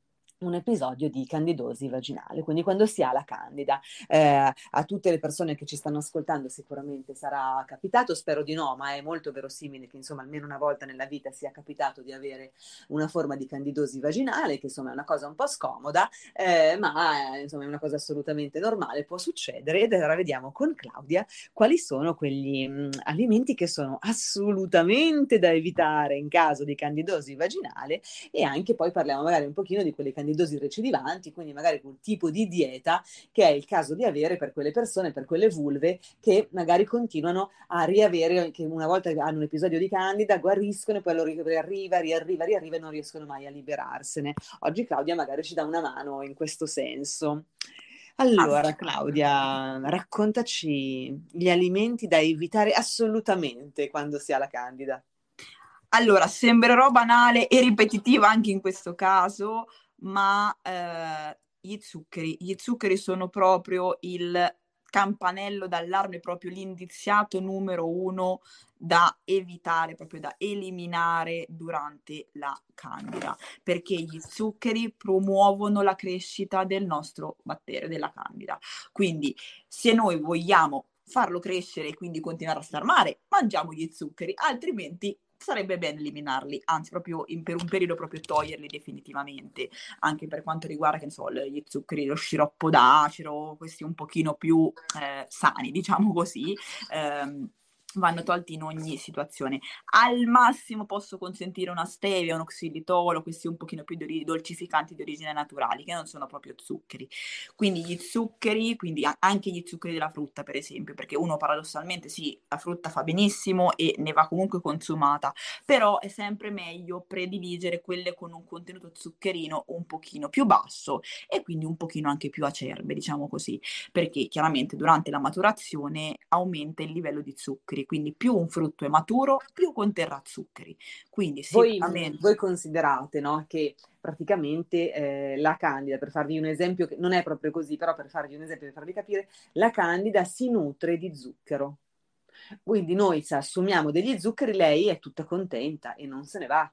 un episodio di candidosi vaginale, quindi quando si ha la candida. Eh, a tutte le persone che ci stanno ascoltando sicuramente sarà capitato, spero di no, ma è molto verosimile che insomma almeno una volta nella vita sia capitato di avere una forma di candidosi vaginale, che insomma è una cosa un po' scomoda, eh, ma eh, insomma è una cosa assolutamente normale, può succedere. Ed ora vediamo con Claudia quali sono quegli mh, alimenti che sono assolutamente da evitare in caso di candidosi vaginale, e anche poi parliamo magari un pochino di quelle candidosi recidivanti, quindi magari quel tipo di dieta che è il caso di avere per quelle persone, per quelle vulve che magari continuano a riavere, che una volta hanno un episodio di candida guariscono e poi lo riarriva, riarriva, riarriva e non riescono mai a liberarsene. Oggi Claudia magari ci dà una mano in questo senso. Allora, Claudia, raccontaci gli alimenti da evitare assolutamente quando si ha la candida. Allora, sembrerò banale e ripetitiva anche in questo caso, ma eh, gli zuccheri, gli zuccheri sono proprio il campanello d'allarme, proprio l'indiziato numero uno da evitare, proprio da eliminare durante la candida, perché gli zuccheri promuovono la crescita del nostro batterio, della candida. Quindi, se noi vogliamo farlo crescere e quindi continuare a star male, mangiamo gli zuccheri, altrimenti sarebbe bene eliminarli, anzi proprio in, per un periodo proprio toglierli definitivamente, anche per quanto riguarda, che ne so, gli zuccheri, lo sciroppo d'acero, questi un pochino più eh, sani, diciamo così, ehm, vanno tolti in ogni situazione. Al massimo posso consentire una stevia, un xilitolo, questi un pochino più di dolcificanti di origine naturali, che non sono proprio zuccheri. Quindi gli zuccheri, quindi anche gli zuccheri della frutta, per esempio, perché uno paradossalmente sì, la frutta fa benissimo e ne va comunque consumata, però è sempre meglio prediligere quelle con un contenuto zuccherino un pochino più basso e quindi un pochino anche più acerbe, diciamo così, perché chiaramente durante la maturazione aumenta il livello di zuccheri, quindi più un frutto è maturo, più conterrà zuccheri. Quindi Voi, sicuramente... voi considerate, no, che praticamente eh, la candida, per farvi un esempio, che non è proprio così, però per farvi un esempio, per farvi capire, la candida si nutre di zucchero. Quindi noi se assumiamo degli zuccheri, lei è tutta contenta e non se ne va.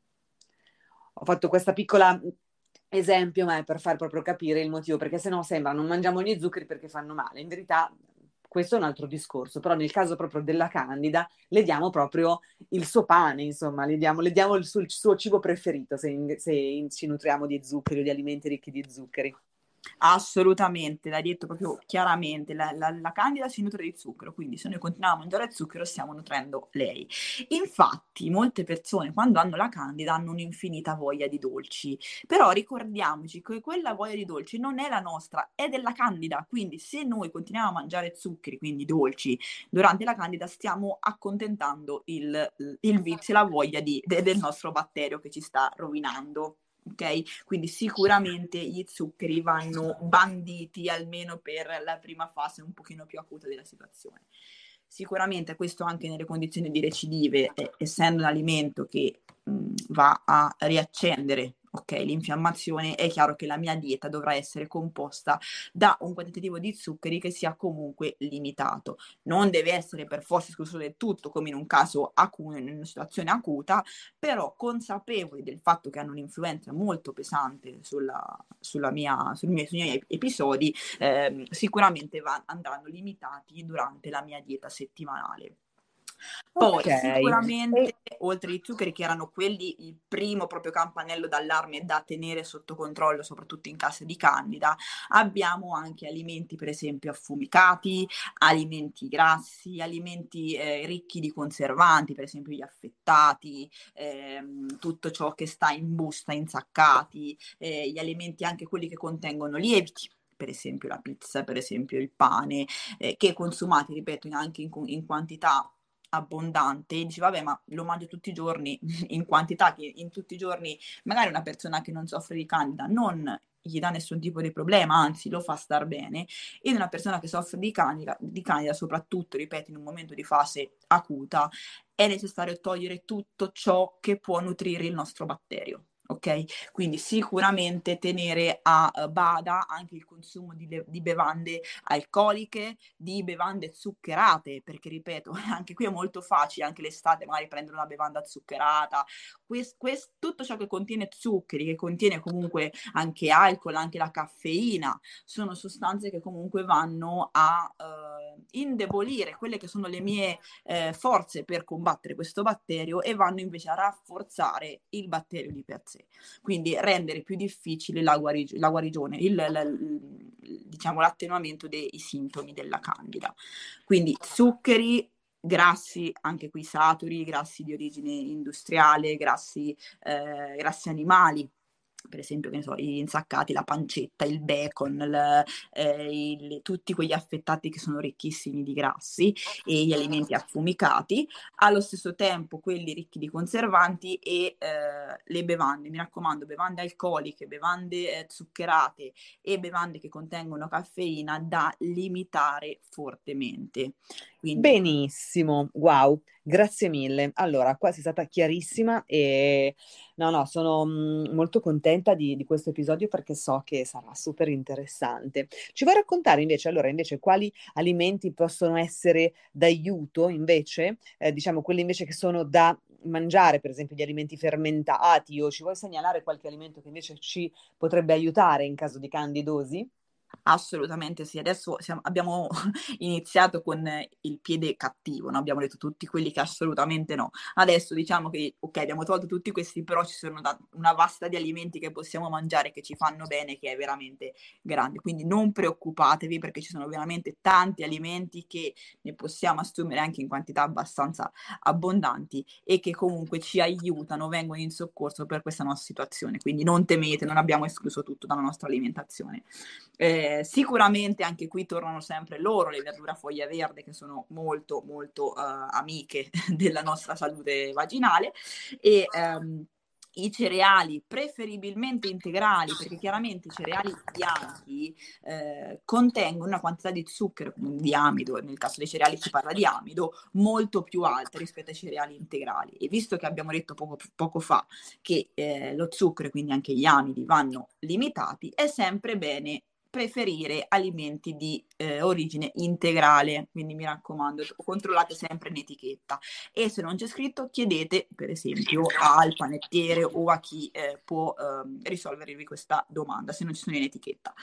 Ho fatto questa piccola esempio, ma è per far proprio capire il motivo, perché sennò sembra non mangiamo gli zuccheri perché fanno male. In verità questo è un altro discorso, però nel caso proprio della Candida le diamo proprio il suo pane, insomma, le diamo, le diamo il, suo, il suo cibo preferito se, in, se in, ci nutriamo di zuccheri o di alimenti ricchi di zuccheri. Assolutamente, l'hai detto proprio chiaramente, la, la, la Candida si nutre di zucchero, quindi se noi continuiamo a mangiare zucchero stiamo nutrendo lei. Infatti molte persone quando hanno la Candida hanno un'infinita voglia di dolci, però ricordiamoci che quella voglia di dolci non è la nostra, è della Candida, quindi se noi continuiamo a mangiare zuccheri, quindi dolci, durante la Candida stiamo accontentando il, il vizio e la voglia di, de, del nostro batterio che ci sta rovinando. Ok, quindi sicuramente gli zuccheri vanno banditi almeno per la prima fase un pochino più acuta della situazione. Sicuramente questo anche nelle condizioni di recidive, eh, essendo un alimento che mh, va a riaccendere, ok, l'infiammazione, è chiaro che la mia dieta dovrà essere composta da un quantitativo di zuccheri che sia comunque limitato. Non deve essere per forza escluso del tutto, come in un caso acuto, in una situazione acuta, però consapevoli del fatto che hanno un'influenza molto pesante sulla, sulla mia, sul mio, sui miei episodi, eh, sicuramente va, andranno limitati durante la mia dieta settimanale. Poi Okay. sicuramente, E oltre ai zuccheri che erano quelli, il primo proprio campanello d'allarme da tenere sotto controllo, soprattutto in caso di Candida, abbiamo anche alimenti per esempio affumicati, alimenti grassi, alimenti eh, ricchi di conservanti, per esempio gli affettati, ehm, tutto ciò che sta in busta, insaccati, eh, gli alimenti anche quelli che contengono lieviti, per esempio la pizza, per esempio il pane, eh, che consumati, ripeto, anche in, in quantità abbondante, dici vabbè ma lo mangio tutti i giorni in quantità che in tutti i giorni magari una persona che non soffre di Candida non gli dà nessun tipo di problema, anzi lo fa star bene, e una persona che soffre di Candida, di Candida soprattutto, ripeto, in un momento di fase acuta, è necessario togliere tutto ciò che può nutrire il nostro batterio. Ok, quindi sicuramente tenere a uh, bada anche il consumo di, le, di bevande alcoliche, di bevande zuccherate, perché ripeto, anche qui è molto facile, anche l'estate magari prendere una bevanda zuccherata, quest, quest, tutto ciò che contiene zuccheri, che contiene comunque anche alcol, anche la caffeina, sono sostanze che comunque vanno a uh, indebolire quelle che sono le mie uh, forze per combattere questo batterio e vanno invece a rafforzare il batterio di per sé. Quindi rendere più difficile la, guarig- la guarigione, il, il, il, diciamo l'attenuamento dei sintomi della Candida. Quindi zuccheri, grassi, anche qui saturi, grassi di origine industriale, grassi, eh, grassi animali, per esempio, che ne so, gli insaccati, la pancetta, il bacon, il, eh, il, tutti quegli affettati che sono ricchissimi di grassi e gli alimenti affumicati, allo stesso tempo quelli ricchi di conservanti e eh, le bevande, mi raccomando, bevande alcoliche, bevande eh, zuccherate e bevande che contengono caffeina da limitare fortemente. Quindi... Benissimo, wow, grazie mille. Allora, qua sei stata chiarissima e no, no, sono mh, molto contenta di, di questo episodio perché so che sarà super interessante. Ci vuoi raccontare invece, allora, invece, quali alimenti possono essere d'aiuto invece, eh, diciamo quelli invece che sono da mangiare, per esempio gli alimenti fermentati, o ci vuoi segnalare qualche alimento che invece ci potrebbe aiutare in caso di candidosi? Assolutamente sì, adesso siamo, abbiamo iniziato con il piede cattivo, no? Abbiamo detto tutti quelli che assolutamente no. Adesso diciamo che ok, abbiamo tolto tutti questi, però ci sono da, una vasta di alimenti che possiamo mangiare che ci fanno bene, che è veramente grande. Quindi non preoccupatevi perché ci sono veramente tanti alimenti che ne possiamo assumere anche in quantità abbastanza abbondanti e che comunque ci aiutano, vengono in soccorso per questa nostra situazione. Quindi non temete, non abbiamo escluso tutto dalla nostra alimentazione. Eh, sicuramente anche qui tornano sempre loro le verdure a foglia verde che sono molto molto uh, amiche della nostra salute vaginale e um, i cereali preferibilmente integrali perché chiaramente i cereali bianchi eh, contengono una quantità di zucchero di amido, nel caso dei cereali si parla di amido molto più alta rispetto ai cereali integrali e visto che abbiamo detto poco, poco fa che eh, lo zucchero e quindi anche gli amidi vanno limitati è sempre bene preferire alimenti di eh, origine integrale, quindi mi raccomando, controllate sempre in etichetta, e se non c'è scritto chiedete per esempio al panettiere o a chi eh, può eh, risolvervi questa domanda se non ci sono in etichetta.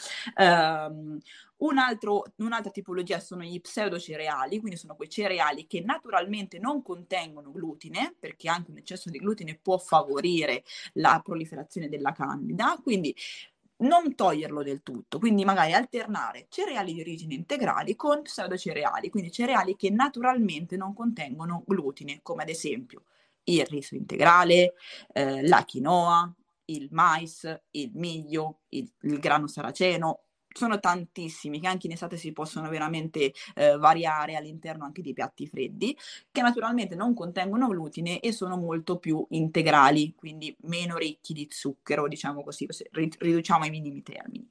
Um, un altro, un'altra tipologia sono gli pseudocereali, quindi sono quei cereali che naturalmente non contengono glutine, perché anche un eccesso di glutine può favorire la proliferazione della candida, quindi non toglierlo del tutto, quindi magari alternare cereali di origine integrali con pseudocereali, quindi cereali che naturalmente non contengono glutine, come ad esempio il riso integrale, eh, la quinoa, il mais, il miglio, il, il grano saraceno. Sono tantissimi che anche in estate si possono veramente eh, variare all'interno anche di piatti freddi, che naturalmente non contengono glutine e sono molto più integrali, quindi meno ricchi di zucchero, diciamo così, riduciamo ai minimi termini.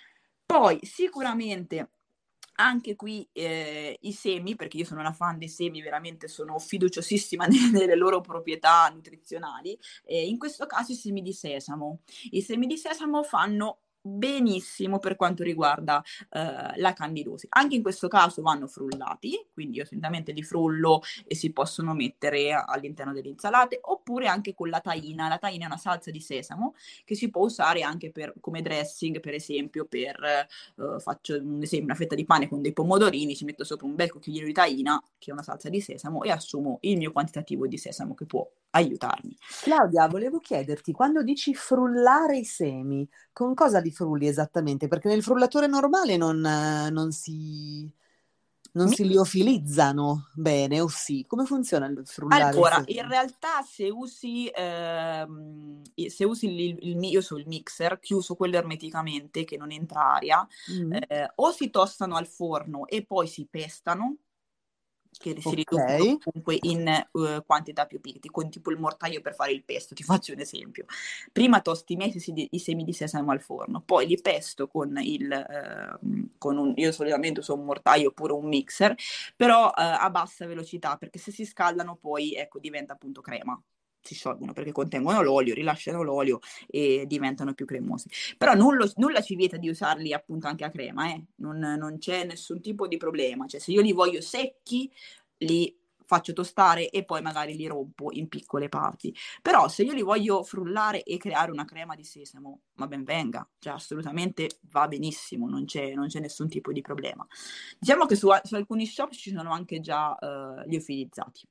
Poi sicuramente anche qui eh, i semi, perché io sono una fan dei semi, veramente sono fiduciosissima nelle loro proprietà nutrizionali, eh, in questo caso i semi di sesamo. I semi di sesamo fanno benissimo per quanto riguarda eh, la candidosi. Anche in questo caso vanno frullati, quindi io solitamente li frullo e si possono mettere all'interno delle insalate, oppure anche con la tahina. La tahina è una salsa di sesamo che si può usare anche per, come dressing, per esempio per, eh, faccio un esempio, una fetta di pane con dei pomodorini, ci metto sopra un bel cucchiaino di tahina, che è una salsa di sesamo, e assumo il mio quantitativo di sesamo che può aiutarmi. Claudia, volevo chiederti, quando dici frullare i semi, con cosa li frulli esattamente? Perché nel frullatore normale non, eh, non si, non Mi- si liofilizzano bene, o sì? Come funziona il frullare i Allora, in semi? realtà se usi, ehm, i- se usi il, il, mi- io so il mixer, chiuso quello ermeticamente, che non entra aria, Mm. eh, o si tostano al forno e poi si pestano, che si Ok, riducono comunque in eh, quantità più piccole, con tipo il mortaio per fare il pesto, ti faccio un esempio. Prima tosti i miei sesi di- i semi di sesamo al forno, poi li pesto con il, eh, con un, io solitamente uso un mortaio oppure un mixer, però eh, a bassa velocità, perché se si scaldano poi, ecco, diventa appunto crema. Si sciolgono perché contengono l'olio, rilasciano l'olio e diventano più cremosi. Però nulla, nulla ci vieta di usarli appunto anche a crema, eh? non, non c'è nessun tipo di problema. Cioè, se io li voglio secchi, li faccio tostare e poi magari li rompo in piccole parti. Però se io li voglio frullare e creare una crema di sesamo, ma ben venga, cioè assolutamente va benissimo, non c'è, non c'è nessun tipo di problema. Diciamo che su, su alcuni shop ci sono anche già eh, liofilizzati.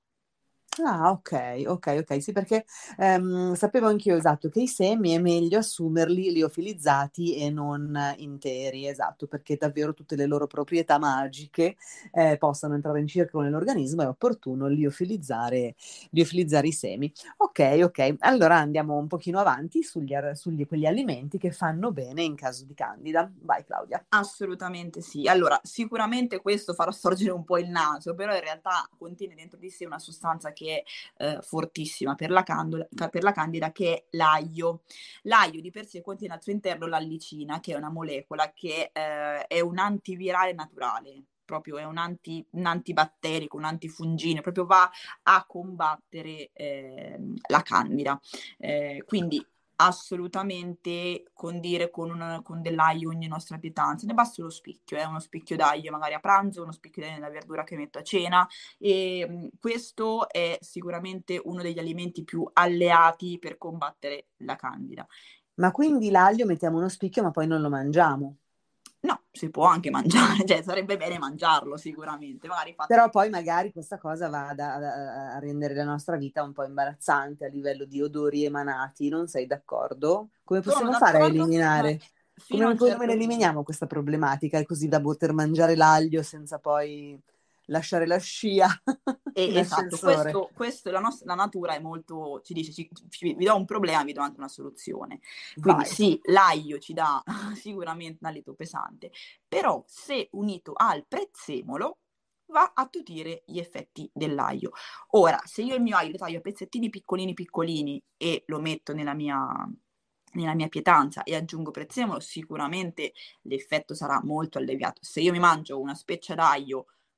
ah, ok, ok, ok, sì, perché ehm, sapevo anch'io, esatto, che i semi è meglio assumerli liofilizzati e non eh, interi, esatto, perché davvero tutte le loro proprietà magiche eh, possano entrare in circolo nell'organismo, è opportuno liofilizzare, liofilizzare i semi. Ok, ok, allora andiamo un pochino avanti sugli, ar- sugli quegli alimenti che fanno bene in caso di candida. Vai, Claudia. Assolutamente sì. Allora, sicuramente questo farà storgere un po' il naso, però in realtà contiene dentro di sé una sostanza che è eh, fortissima per la, candula, per la candida, che è l'aglio. L'aglio di per sé contiene al suo interno l'allicina, che è una molecola che eh, è un antivirale naturale. Proprio è un, anti, un antibatterico, un antifungine, proprio va a combattere eh, la candida. Eh, quindi assolutamente condire con, una, con dell'aglio ogni nostra pietanza. Ne basta uno spicchio, eh, uno spicchio d'aglio magari a pranzo, uno spicchio d'aglio nella verdura che metto a cena, e mh, questo è sicuramente uno degli alimenti più alleati per combattere la candida. Ma quindi l'aglio mettiamo uno spicchio ma poi non lo mangiamo? No, si può anche mangiare, cioè sarebbe bene mangiarlo sicuramente, magari fatto. Però poi magari questa cosa va ad- a, a rendere la nostra vita un po' imbarazzante a livello di odori emanati, non sei d'accordo? Come Sono possiamo fare a d'accordo fino a, eliminare? fino a Come, un come certo punto. eliminiamo questa problematica così da poter mangiare l'aglio senza poi lasciare la scia E, in esatto, ascensore? questo, questo la, nostra, la natura è molto, ci dice, ci, ci- vi do un problema, vi do anche una soluzione. Quindi Vai. sì, l'aglio ci dà sicuramente un alito pesante, però se unito al prezzemolo va a tutire gli effetti dell'aglio. Ora, se io il mio aglio lo taglio a pezzettini piccolini piccolini e lo metto nella mia, nella mia pietanza e aggiungo prezzemolo, sicuramente l'effetto sarà molto alleviato. Se io mi mangio una speccia d'aglio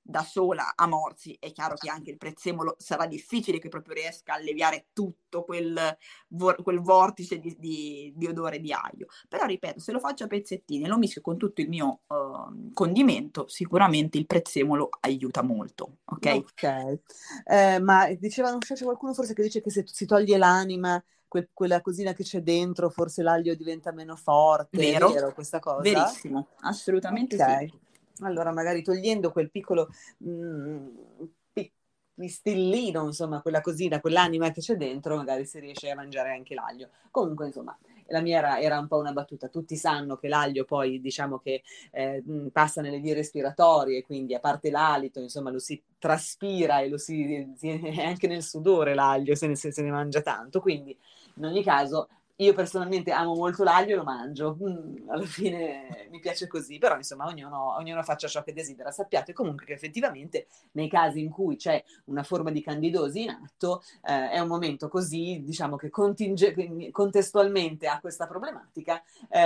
da sola a morsi, è chiaro che anche il prezzemolo sarà difficile che proprio riesca a alleviare tutto quel, vor- quel vortice di, di, di odore di aglio. Però ripeto, se lo faccio a pezzettini e lo mischio con tutto il mio uh, condimento, sicuramente il prezzemolo aiuta molto, ok? Ok, eh, ma diceva, non so, c'è qualcuno forse che dice che se si toglie l'anima, quel- quella cosina che c'è dentro, forse l'aglio diventa meno forte, è Vero? vero questa cosa? Verissimo, assolutamente Ok, sì. allora magari togliendo quel piccolo mm, pi- pistillino, insomma, quella cosina, quell'anima che c'è dentro, magari si riesce a mangiare anche l'aglio. Comunque, insomma, la mia era, era un po' una battuta. Tutti sanno che l'aglio poi, diciamo che eh, mh, passa nelle vie respiratorie, quindi a parte l'alito, insomma, lo si traspira e lo si, si- è anche nel sudore l'aglio se ne, se se ne mangia tanto. Quindi, in ogni caso, io personalmente amo molto l'aglio e lo mangio. Mm, alla fine mi piace così, però insomma ognuno, ognuno faccia ciò che desidera. Sappiate comunque che effettivamente nei casi in cui c'è una forma di candidosi in atto, eh, è un momento così, diciamo che continge- contestualmente a questa problematica,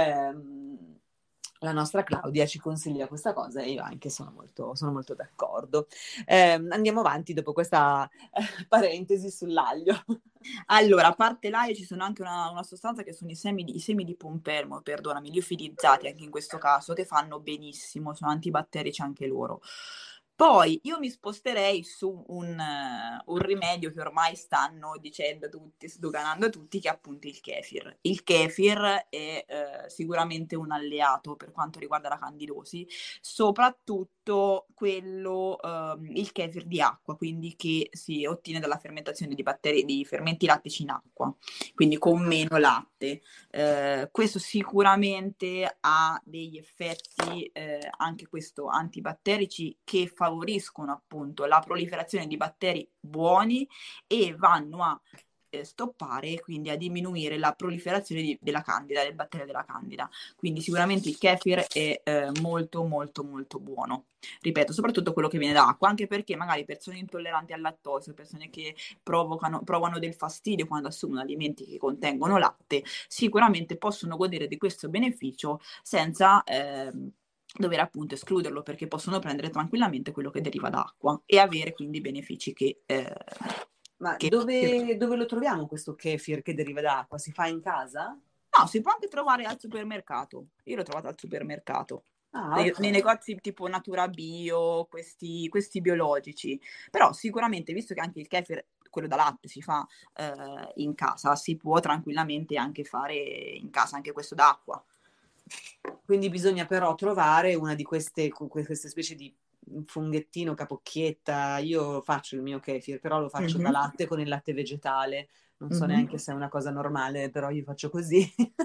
ehm, la nostra Claudia ci consiglia questa cosa e io anche sono molto, sono molto d'accordo. Ehm, andiamo avanti dopo questa eh, parentesi sull'aglio. Allora, a parte l'aglio ci sono anche una, una sostanza che sono i semi di, i semi di pompelmo, perdonami, liofilizzati anche in questo caso, che fanno benissimo, sono antibatterici anche loro. Poi io mi sposterei su un, eh, un rimedio che ormai stanno dicendo tutti, sdoganando tutti, che è appunto il kefir. Il kefir è eh, sicuramente un alleato per quanto riguarda la candidosi, soprattutto quello, ehm, il kefir di acqua, quindi che si ottiene dalla fermentazione di batteri, di fermenti lattici in acqua, quindi con meno latte. Eh, questo sicuramente ha degli effetti, eh, anche questo, antibatterici, che favoriscono appunto la proliferazione di batteri buoni e vanno a eh, stoppare, quindi a diminuire la proliferazione di, della candida, del batterio della candida. Quindi sicuramente il kefir è eh, molto molto molto buono. Ripeto, soprattutto quello che viene da acqua, anche perché magari persone intolleranti al lattosio, persone che provocano, provano del fastidio quando assumono alimenti che contengono latte, sicuramente possono godere di questo beneficio senza ehm, dover appunto escluderlo, perché possono prendere tranquillamente quello che deriva da acqua e avere quindi i benefici che... Eh, Ma che, che... dove, dove lo troviamo questo kefir che deriva da acqua? Si fa in casa? No, si può anche trovare al supermercato. Io l'ho trovato al supermercato. Ah, Nei, ok. nei negozi tipo Natura Bio, questi, questi biologici. Però sicuramente, visto che anche il kefir, quello da latte, si fa eh, in casa, si può tranquillamente anche fare in casa anche questo d'acqua. Quindi bisogna però trovare una di queste, queste specie di funghettino, capocchietta. Io faccio il mio kefir, però lo faccio Mm-hmm. da latte con il latte vegetale. Non so Mm-hmm. neanche se è una cosa normale, però io faccio così.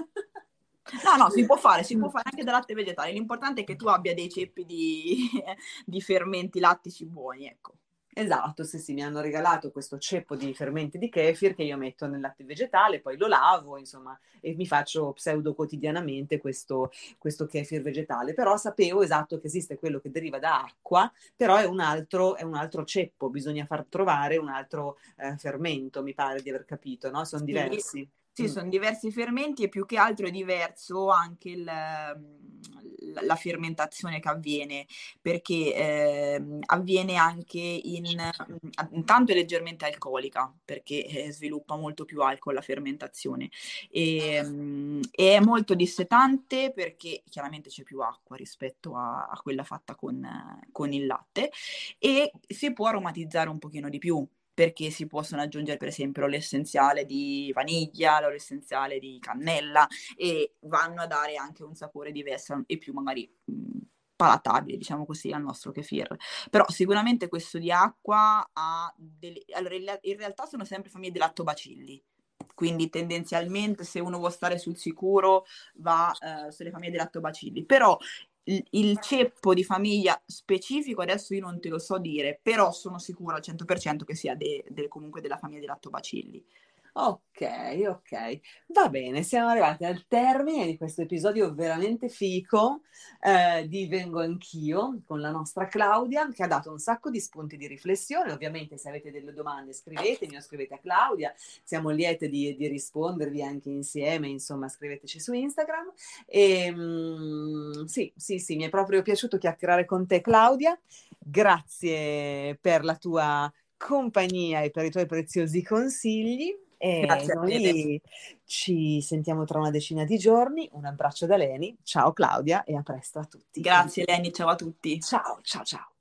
No, no, si può fare, si può fare anche da latte vegetale. L'importante è che tu abbia dei ceppi di, di fermenti lattici buoni, ecco. Esatto, sì, sì, mi hanno regalato questo ceppo di fermenti di kefir che io metto nel latte vegetale, poi lo lavo, insomma, e mi faccio pseudo quotidianamente questo, questo kefir vegetale. Però sapevo esatto che esiste quello che deriva da acqua, però è un altro, è un altro ceppo, bisogna far trovare un altro eh, fermento, mi pare di aver capito, no? Sono Sì. diversi. Sì, Mm. sono diversi fermenti e più che altro è diverso anche il, la, la fermentazione che avviene, perché eh, avviene anche in, intanto è leggermente alcolica, perché eh, sviluppa molto più alcol la fermentazione, e, um, e è molto dissetante perché chiaramente c'è più acqua rispetto a, a quella fatta con, con il latte, e si può aromatizzare un pochino di più, perché si possono aggiungere per esempio l'olio essenziale di vaniglia, l'olio essenziale di cannella, e vanno a dare anche un sapore diverso e più magari mh, palatabile, diciamo così, al nostro kefir. Però sicuramente questo di acqua ha delle... Allora, in realtà sono sempre famiglie di lattobacilli, quindi tendenzialmente se uno vuole stare sul sicuro va eh, sulle famiglie di lattobacilli, però il ceppo di famiglia specifico adesso io non te lo so dire, però sono sicura al cento per cento che sia de, de, comunque della famiglia dei lattobacilli. Ok, ok, va bene, siamo arrivati al termine di questo episodio veramente fico eh, di Vengo Anch'io con la nostra Claudia, che ha dato un sacco di spunti di riflessione. Ovviamente se avete delle domande scrivetemi o scrivete a Claudia, siamo liete di, di rispondervi anche insieme, insomma scriveteci su Instagram. E, mm, sì, sì, sì, mi è proprio piaciuto chiacchierare con te Claudia. grazie per la tua compagnia e per i tuoi preziosi consigli. E Grazie a te. noi ci sentiamo tra una decina di giorni. Un abbraccio da Leni. Ciao Claudia e a presto a tutti. Grazie Leni, ciao a tutti. Ciao, ciao, ciao.